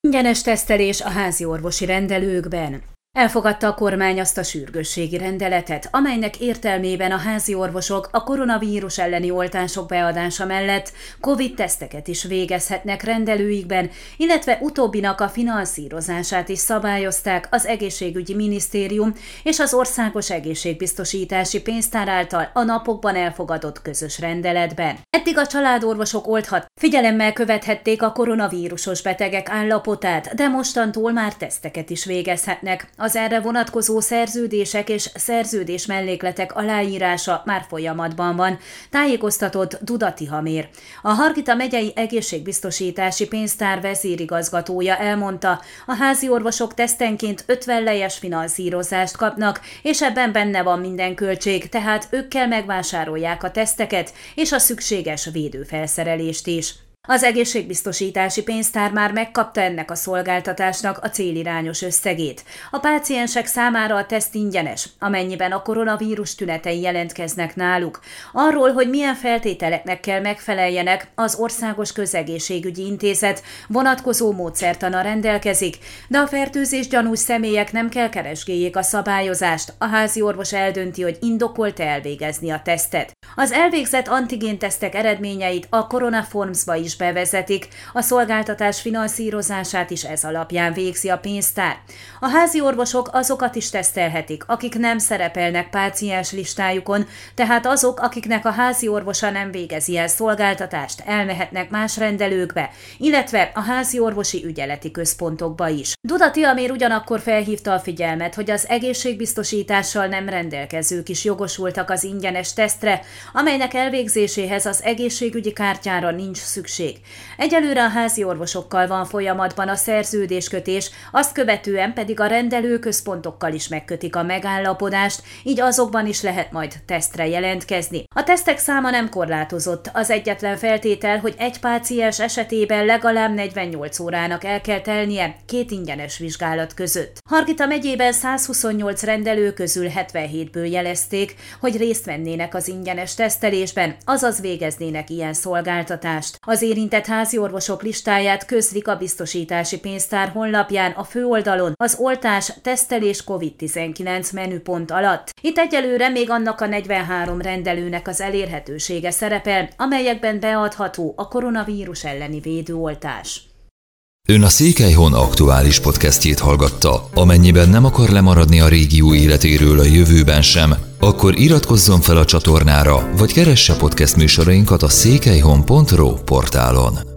Ingyenes tesztelés a házi orvosi rendelőkben. Elfogadta a kormány azt a sürgősségi rendeletet, amelynek értelmében a házi orvosok a koronavírus elleni oltások beadása mellett COVID-teszteket is végezhetnek rendelőikben, illetve utóbbinak a finanszírozását is szabályozták az Egészségügyi Minisztérium és az Országos Egészségbiztosítási Pénztár által a napokban elfogadott közös rendeletben. Eddig a családorvosok figyelemmel követhették a koronavírusos betegek állapotát, de mostantól már teszteket is végezhetnek. Az erre vonatkozó szerződések és szerződés mellékletek aláírása már folyamatban van, tájékoztatott Duda Tihamér. A Hargita megyei egészségbiztosítási pénztár vezérigazgatója elmondta, a házi orvosok tesztenként 50 lejes finanszírozást kapnak, és ebben benne van minden költség, tehát ők kell megvásárolják a teszteket és a szükséges védőfelszerelést is. Az egészségbiztosítási pénztár már megkapta ennek a szolgáltatásnak a célirányos összegét. A páciensek számára a teszt ingyenes, amennyiben a koronavírus tünetei jelentkeznek náluk. Arról, hogy milyen feltételeknek kell megfeleljenek, az Országos Közegészségügyi Intézet vonatkozó módszertana rendelkezik, de a fertőzés gyanús személyek nem kell keresgéljék a szabályozást, a házi orvos eldönti, hogy indokolt elvégezni a tesztet. Az elvégzett antigéntesztek eredményeit a Coronaformsba is bevezetik, a szolgáltatás finanszírozását is ez alapján végzi a pénztár. A házi orvosok azokat is tesztelhetik, akik nem szerepelnek páciens listájukon, tehát azok, akiknek a házi orvosa nem végez ilyen szolgáltatást, elmehetnek más rendelőkbe, illetve a házi orvosi ügyeleti központokba is. Duda Tihamér ugyanakkor felhívta a figyelmet, hogy az egészségbiztosítással nem rendelkezők is jogosultak az ingyenes tesztre, amelynek elvégzéséhez az egészségügyi kártyára nincs szükség. Egyelőre a házi orvosokkal van folyamatban a szerződéskötés, azt követően pedig a rendelőközpontokkal is megkötik a megállapodást, így azokban is lehet majd tesztre jelentkezni. A tesztek száma nem korlátozott, az egyetlen feltétel, hogy egy páciens esetében legalább 48 órának el kell telnie 2 ingyenes vizsgálat között. Hargita megyében 128 rendelő közül 77-ből jelezték, hogy részt vennének az ingyenes tesztelésben, azaz végeznének ilyen szolgáltatást. Az érintett házi orvosok listáját közlik a biztosítási pénztár honlapján a főoldalon az oltás, tesztelés COVID-19 menüpont alatt. Itt egyelőre még annak a 43 rendelőnek az elérhetősége szerepel, amelyekben beadható a koronavírus elleni védőoltás. Ön a Székelyhon aktuális podcastjét hallgatta. Amennyiben nem akar lemaradni a régió életéről a jövőben sem, akkor iratkozzon fel a csatornára, vagy keresse podcast műsorainkat a székelyhon.ro portálon.